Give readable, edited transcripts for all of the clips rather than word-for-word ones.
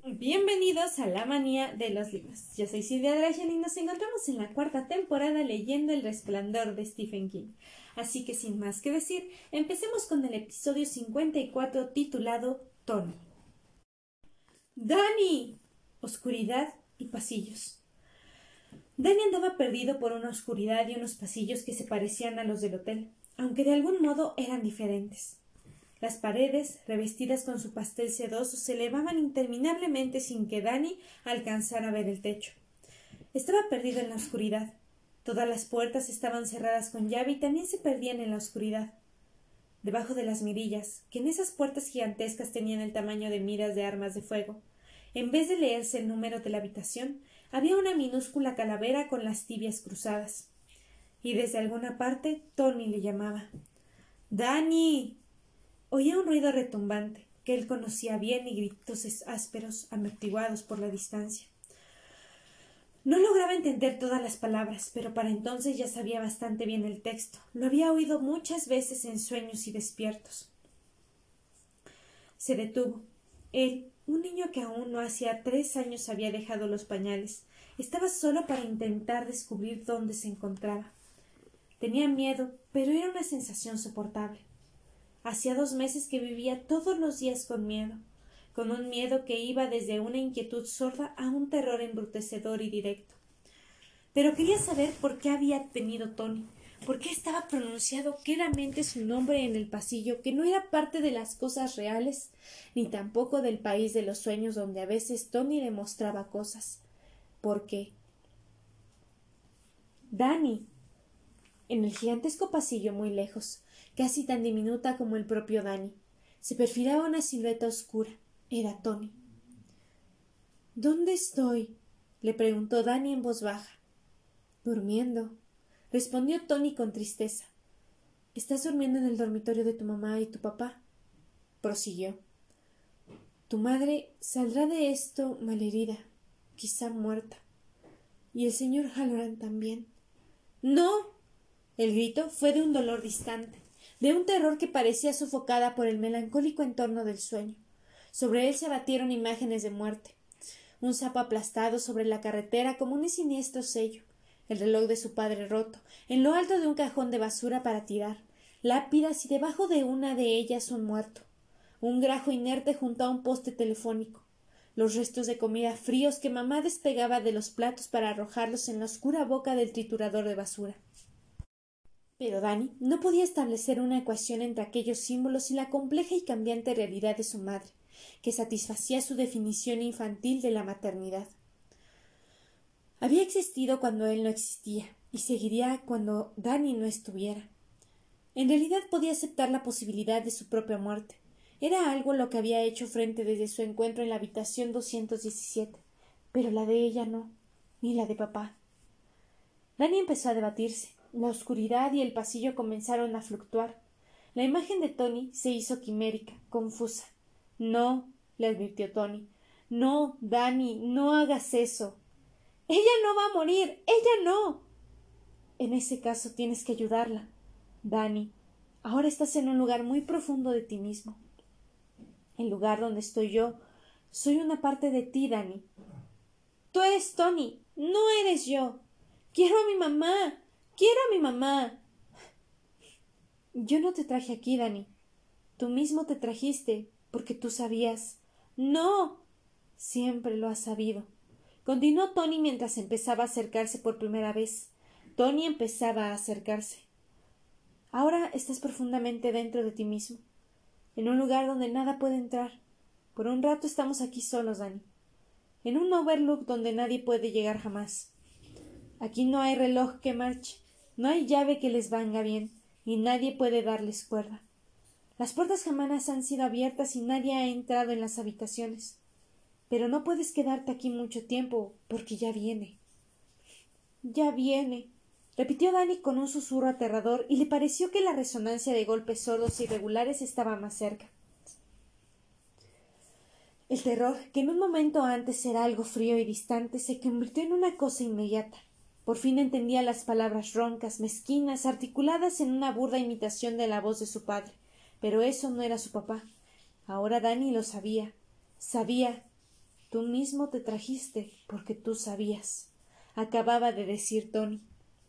Bienvenidos a La Manía de los Libros. Yo soy Silvia Drachen y nos encontramos en la cuarta temporada leyendo El Resplandor de Stephen King. Así que sin más que decir, empecemos con el episodio 54 titulado Tony. ¡Danny! Oscuridad y pasillos. Danny andaba perdido por una oscuridad y unos pasillos que se parecían a los del hotel, aunque de algún modo eran diferentes. Las paredes, revestidas con su pastel sedoso, se elevaban interminablemente sin que Danny alcanzara a ver el techo. Estaba perdido en la oscuridad. Todas las puertas estaban cerradas con llave y también se perdían en la oscuridad. Debajo de las mirillas, que en esas puertas gigantescas tenían el tamaño de miras de armas de fuego, en vez de leerse el número de la habitación, había una minúscula calavera con las tibias cruzadas. Y desde alguna parte Tony le llamaba. ¡Danny! Oía un ruido retumbante, que él conocía bien, y gritos ásperos, amortiguados por la distancia. No lograba entender todas las palabras, pero para entonces ya sabía bastante bien el texto. Lo había oído muchas veces en sueños y despiertos. Se detuvo. Él, un niño que aún no hacía 3 años había dejado los pañales, estaba solo para intentar descubrir dónde se encontraba. Tenía miedo, pero era una sensación soportable. Hacía 2 meses que vivía todos los días con un miedo que iba desde una inquietud sorda a un terror embrutecedor y directo. Pero quería saber por qué había venido Tony, por qué estaba pronunciado quedamente su nombre en el pasillo, que no era parte de las cosas reales, ni tampoco del país de los sueños donde a veces Tony le mostraba cosas. ¿Por qué? Danny. En el gigantesco pasillo muy lejos, casi tan diminuta como el propio Danny, se perfilaba una silueta oscura. Era Tony. ¿Dónde estoy? Le preguntó Danny en voz baja. Durmiendo, respondió Tony con tristeza. Estás durmiendo en el dormitorio de tu mamá y tu papá, prosiguió. Tu madre saldrá de esto malherida, quizá muerta. Y el señor Halloran también. ¡No! El grito fue de un dolor distante, de un terror que parecía sofocada por el melancólico entorno del sueño. Sobre él se abatieron imágenes de muerte. Un sapo aplastado sobre la carretera como un siniestro sello, el reloj de su padre roto, en lo alto de un cajón de basura para tirar, lápidas y debajo de una de ellas un muerto, un grajo inerte junto a un poste telefónico, los restos de comida fríos que mamá despegaba de los platos para arrojarlos en la oscura boca del triturador de basura. Pero Danny no podía establecer una ecuación entre aquellos símbolos y la compleja y cambiante realidad de su madre, que satisfacía su definición infantil de la maternidad. Había existido cuando él no existía, y seguiría cuando Danny no estuviera. En realidad podía aceptar la posibilidad de su propia muerte. Era algo lo que había hecho frente desde su encuentro en la habitación 217, pero la de ella no, ni la de papá. Danny empezó a debatirse. La oscuridad y el pasillo comenzaron a fluctuar. La imagen de Tony se hizo quimérica, confusa. No, le advirtió Tony. No, Danny, no hagas eso. Ella no va a morir. Ella no. En ese caso tienes que ayudarla. Danny, ahora estás en un lugar muy profundo de ti mismo. El lugar donde estoy yo. Soy una parte de ti, Danny. Tú eres Tony. No eres yo. Quiero a mi mamá. Quiero a mi mamá. Yo no te traje aquí, Danny. Tú mismo te trajiste, porque tú sabías. No. Siempre lo has sabido. Continuó Tony mientras empezaba a acercarse por primera vez. Tony empezaba a acercarse. Ahora estás profundamente dentro de ti mismo, en un lugar donde nada puede entrar. Por un rato estamos aquí solos, Danny. En un overlook donde nadie puede llegar jamás. Aquí no hay reloj que marche, no hay llave que les venga bien, y nadie puede darles cuerda. Las puertas jamás han sido abiertas y nadie ha entrado en las habitaciones. Pero no puedes quedarte aquí mucho tiempo, porque ya viene. Ya viene, repitió Danny con un susurro aterrador, y le pareció que la resonancia de golpes sordos e irregulares estaba más cerca. El terror, que en un momento antes era algo frío y distante, se convirtió en una cosa inmediata. Por fin entendía las palabras roncas, mezquinas, articuladas en una burda imitación de la voz de su padre. Pero eso no era su papá. Ahora Danny lo sabía. Sabía Tú mismo te trajiste porque tú sabías, acababa de decir Tony.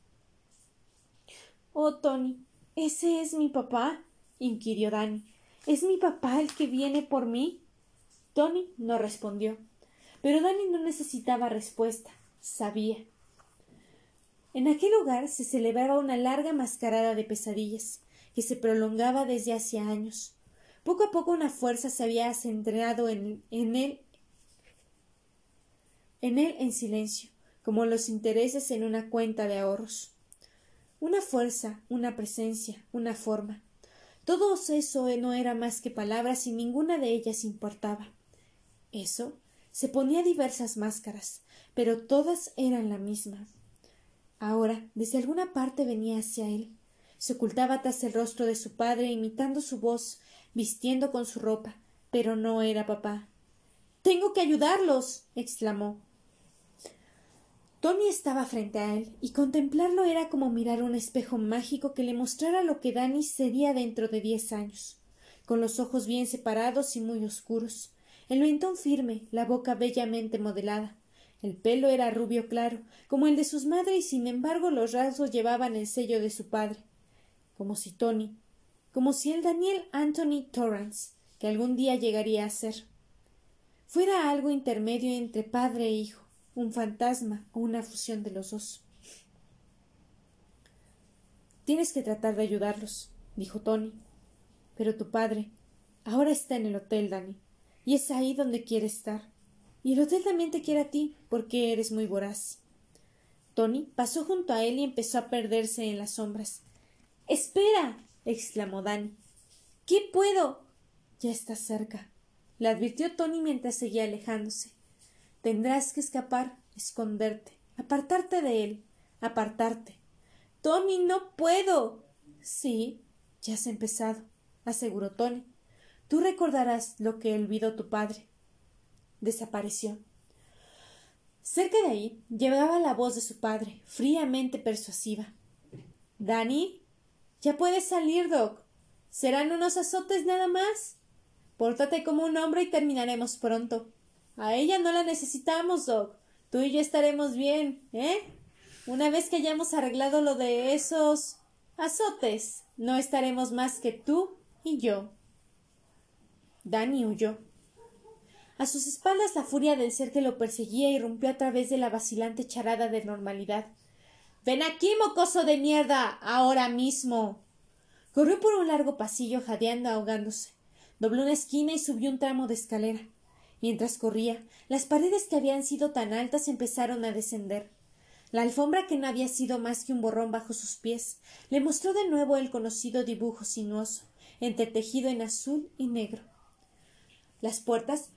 Oh, Tony, ¿ese es mi papá? Inquirió Danny. ¿Es mi papá el que viene por mí? Tony no respondió, pero Danny no necesitaba respuesta. Sabía. En aquel lugar se celebraba una larga mascarada de pesadillas, que se prolongaba desde hacía años. Poco a poco una fuerza se había centrado en él en silencio, como los intereses en una cuenta de ahorros. Una fuerza, una presencia, una forma. Todo eso no era más que palabras y ninguna de ellas importaba. Eso se ponía diversas máscaras, pero todas eran la misma. Ahora, desde alguna parte venía hacia él. Se ocultaba tras el rostro de su padre, imitando su voz, vistiendo con su ropa, pero no era papá. —¡Tengo que ayudarlos! —exclamó. Tony estaba frente a él, y contemplarlo era como mirar un espejo mágico que le mostrara lo que Danny sería dentro de 10 años, con los ojos bien separados y muy oscuros, el mentón firme, la boca bellamente modelada. El pelo era rubio claro, como el de sus madres, y sin embargo los rasgos llevaban el sello de su padre, como si el Daniel Anthony Torrance, que algún día llegaría a ser, fuera algo intermedio entre padre e hijo, un fantasma o una fusión de los dos. Tienes que tratar de ayudarlos, dijo Tony. Pero tu padre ahora está en el hotel, Danny, y es ahí donde quiere estar. Y el hotel también te quiere a ti, porque eres muy voraz. Tony pasó junto a él y empezó a perderse en las sombras. —¡Espera! —exclamó Danny. —¿Qué puedo? Ya estás cerca —le advirtió Tony mientras seguía alejándose. Tendrás que escapar, esconderte, apartarte de él, apartarte. —Tony, no puedo. —Sí, ya has empezado —aseguró Tony—. Tú recordarás lo que olvidó tu padre. Desapareció. Cerca de ahí llegaba la voz de su padre, fríamente persuasiva. —¿Danny? Ya puedes salir, Doc. Serán unos azotes nada más. Pórtate como un hombre y terminaremos pronto. A ella no la necesitamos, Doc. Tú y yo estaremos bien, ¿eh? Una vez que hayamos arreglado lo de esos azotes, no estaremos más que tú y yo. Danny huyó. A sus espaldas la furia del ser que lo perseguía irrumpió a través de la vacilante charada de normalidad. —¡Ven aquí, mocoso de mierda! ¡Ahora mismo! Corrió por un largo pasillo jadeando, ahogándose. Dobló una esquina y subió un tramo de escalera. Mientras corría, las paredes que habían sido tan altas empezaron a descender. La alfombra, que no había sido más que un borrón bajo sus pies, le mostró de nuevo el conocido dibujo sinuoso, entretejido en azul y negro. Las puertas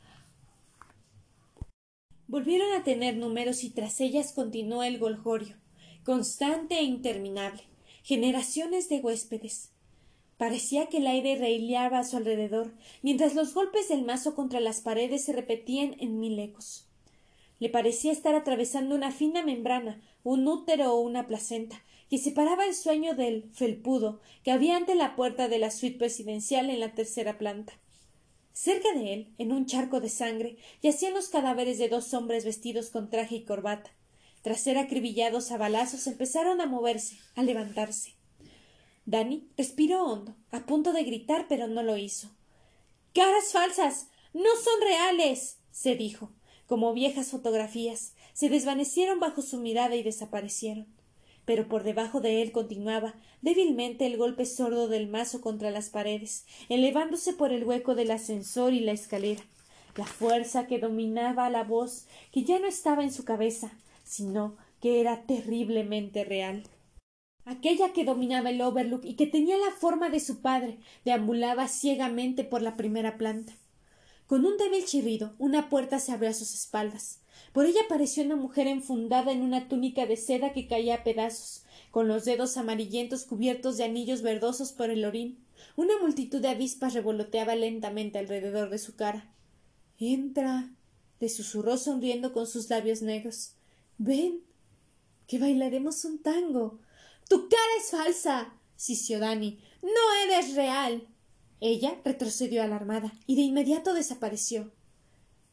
volvieron a tener números y tras ellas continuó el golgorio, constante e interminable, generaciones de huéspedes. Parecía que el aire reileaba a su alrededor, mientras los golpes del mazo contra las paredes se repetían en 1000 ecos. Le parecía estar atravesando una fina membrana, un útero o una placenta, que separaba el sueño del felpudo que había ante la puerta de la suite presidencial en la tercera planta. Cerca de él, en un charco de sangre, yacían los cadáveres de 2 hombres vestidos con traje y corbata. Tras ser acribillados a balazos, empezaron a moverse, a levantarse. Danny respiró hondo, a punto de gritar, pero no lo hizo. —¡Caras falsas! ¡No son reales! —se dijo. Como viejas fotografías, se desvanecieron bajo su mirada y desaparecieron. Pero por debajo de él continuaba, débilmente, el golpe sordo del mazo contra las paredes, elevándose por el hueco del ascensor y la escalera. La fuerza que dominaba la voz, que ya no estaba en su cabeza, sino que era terriblemente real. Aquella que dominaba el Overlook y que tenía la forma de su padre, deambulaba ciegamente por la primera planta. Con un débil chirrido, una puerta se abrió a sus espaldas. Por ella apareció una mujer enfundada en una túnica de seda que caía a pedazos, con los dedos amarillentos cubiertos de anillos verdosos por el orín. Una multitud de avispas revoloteaba lentamente alrededor de su cara. —Entra —le susurró sonriendo con sus labios negros—. Ven, que bailaremos un tango. —¡Tu cara es falsa! —sisió Danny—. ¡No eres real! Ella retrocedió alarmada y de inmediato desapareció.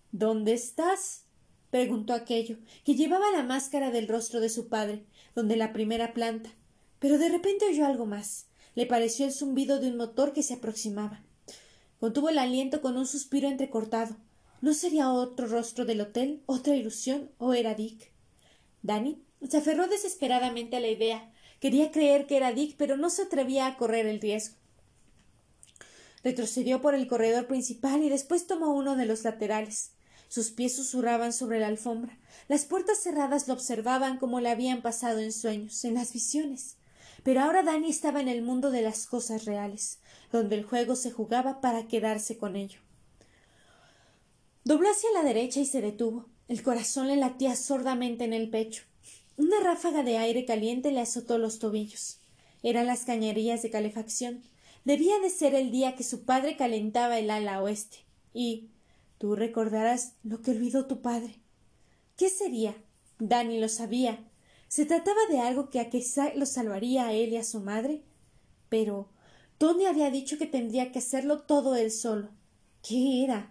¿Dónde estás? Preguntó aquello, que llevaba la máscara del rostro de su padre, donde la primera planta. Pero de repente oyó algo más. Le pareció el zumbido de un motor que se aproximaba. Contuvo el aliento con un suspiro entrecortado. ¿No sería otro rostro del hotel, otra ilusión, o era Dick? Danny se aferró desesperadamente a la idea. Quería creer que era Dick, pero no se atrevía a correr el riesgo. Retrocedió por el corredor principal y después tomó uno de los laterales. Sus pies susurraban sobre la alfombra. Las puertas cerradas lo observaban como le habían pasado en sueños, en las visiones. Pero ahora Danny estaba en el mundo de las cosas reales, donde el juego se jugaba para quedarse con ello. Dobló hacia la derecha y se detuvo. El corazón le latía sordamente en el pecho. Una ráfaga de aire caliente le azotó los tobillos. Eran las cañerías de calefacción. Debía de ser el día que su padre calentaba el ala oeste. Y tú recordarás lo que olvidó tu padre. ¿Qué sería? Danny lo sabía. ¿Se trataba de algo que quizá lo salvaría a él y a su madre? Pero Tony había dicho que tendría que hacerlo todo él solo. ¿Qué era?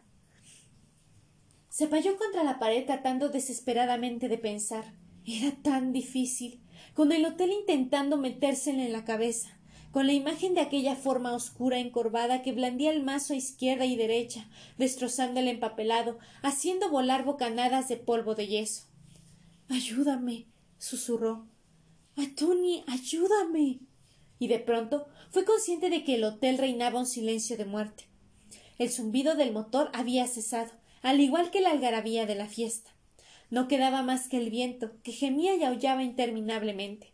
Se apoyó contra la pared tratando desesperadamente de pensar. Era tan difícil, con el hotel intentando metérsele en la cabeza, con la imagen de aquella forma oscura encorvada que blandía el mazo a izquierda y derecha, destrozando el empapelado, haciendo volar bocanadas de polvo de yeso. —Ayúdame —susurró—. —Tony, ayúdame. Y de pronto fue consciente de que el hotel reinaba un silencio de muerte. El zumbido del motor había cesado, al igual que la algarabía de la fiesta. No quedaba más que el viento, que gemía y aullaba interminablemente.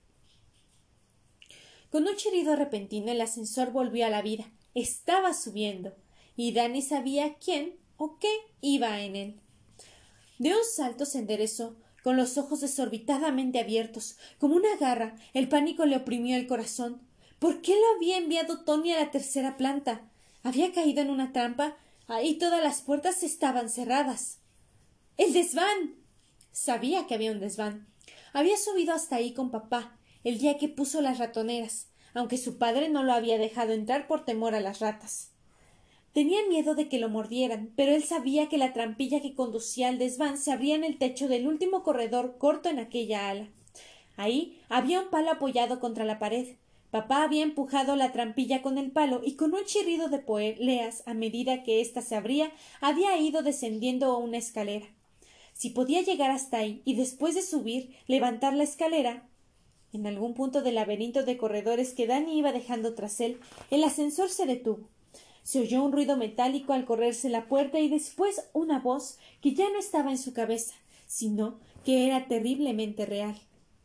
Con un chirrido repentino el ascensor volvió a la vida. Estaba subiendo, y Danny sabía quién o qué iba en él. De un salto se enderezó, con los ojos desorbitadamente abiertos, como una garra. El pánico le oprimió el corazón. ¿Por qué lo había enviado Tony a la tercera planta? ¿Había caído en una trampa? Ahí todas las puertas estaban cerradas. ¡El desván! Sabía que había un desván. Había subido hasta ahí con papá, el día que puso las ratoneras, aunque su padre no lo había dejado entrar por temor a las ratas. Tenía miedo de que lo mordieran, pero él sabía que la trampilla que conducía al desván se abría en el techo del último corredor corto en aquella ala. Ahí había un palo apoyado contra la pared. Papá había empujado la trampilla con el palo y con un chirrido de poleas a medida que ésta se abría había ido descendiendo una escalera. Si podía llegar hasta ahí y después de subir levantar la escalera, en algún punto del laberinto de corredores que Danny iba dejando tras él, el ascensor se detuvo. Se oyó un ruido metálico al correrse la puerta y después una voz que ya no estaba en su cabeza, sino que era terriblemente real.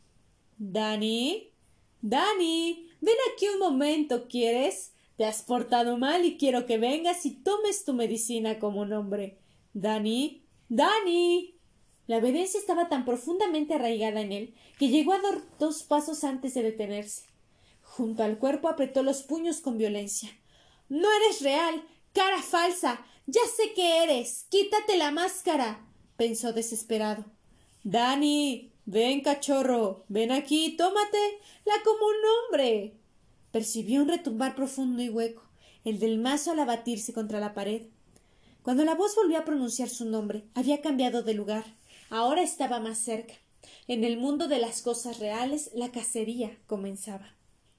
—¡Danny! —¡Danny! Ven aquí un momento, ¿quieres? Te has portado mal y quiero que vengas y tomes tu medicina como un hombre. —¡Danny! ¡Danny! La obediencia estaba tan profundamente arraigada en él que llegó a dar 2 pasos antes de detenerse. Junto al cuerpo apretó los puños con violencia. —¡No eres real! ¡Cara falsa! ¡Ya sé que eres! ¡Quítate la máscara! —pensó desesperado. —Danny, ven, cachorro, ven aquí, tómatela como un hombre. Percibió un retumbar profundo y hueco, el del mazo al abatirse contra la pared. Cuando la voz volvió a pronunciar su nombre, había cambiado de lugar. Ahora estaba más cerca. En el mundo de las cosas reales, la cacería comenzaba.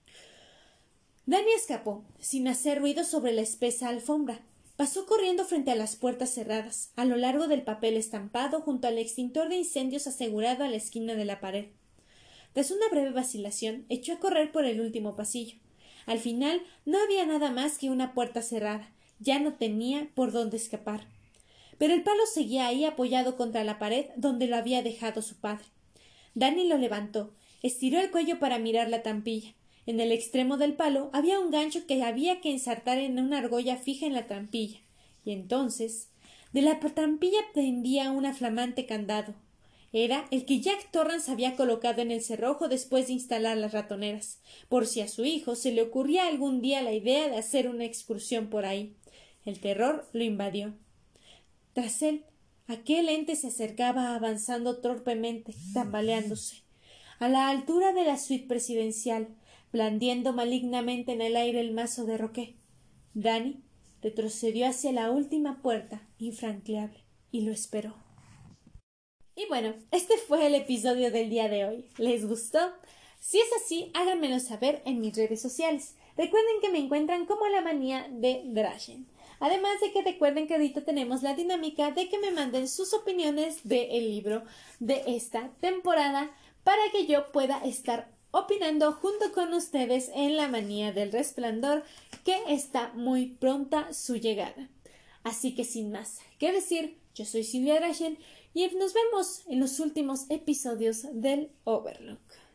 Danny escapó, sin hacer ruido sobre la espesa alfombra. Pasó corriendo frente a las puertas cerradas, a lo largo del papel estampado, junto al extintor de incendios asegurado a la esquina de la pared. Tras una breve vacilación, echó a correr por el último pasillo. Al final no había nada más que una puerta cerrada. Ya no tenía por dónde escapar. Pero el palo seguía ahí apoyado contra la pared donde lo había dejado su padre. Danny lo levantó, estiró el cuello para mirar la trampilla. En el extremo del palo había un gancho que había que ensartar en una argolla fija en la trampilla, y entonces de la trampilla pendía un flamante candado. Era el que Jack Torrance había colocado en el cerrojo después de instalar las ratoneras, por si a su hijo se le ocurría algún día la idea de hacer una excursión por ahí. El terror lo invadió. Tras él, aquel ente se acercaba avanzando torpemente, tambaleándose, a la altura de la suite presidencial, blandiendo malignamente en el aire el mazo de Roquet. Danny retrocedió hacia la última puerta, infranqueable. y lo esperó. Y bueno, este fue el episodio del día de hoy. ¿Les gustó? Si es así, háganmelo saber en mis redes sociales. Recuerden que me encuentran como La Manía de Drashen. Además de que recuerden que ahorita tenemos la dinámica de que me manden sus opiniones del libro de esta temporada para que yo pueda estar opinando junto con ustedes en La Manía del Resplandor, que está muy pronta su llegada. Así que sin más que decir, yo soy Silvia Drashen y nos vemos en los últimos episodios del Overlook.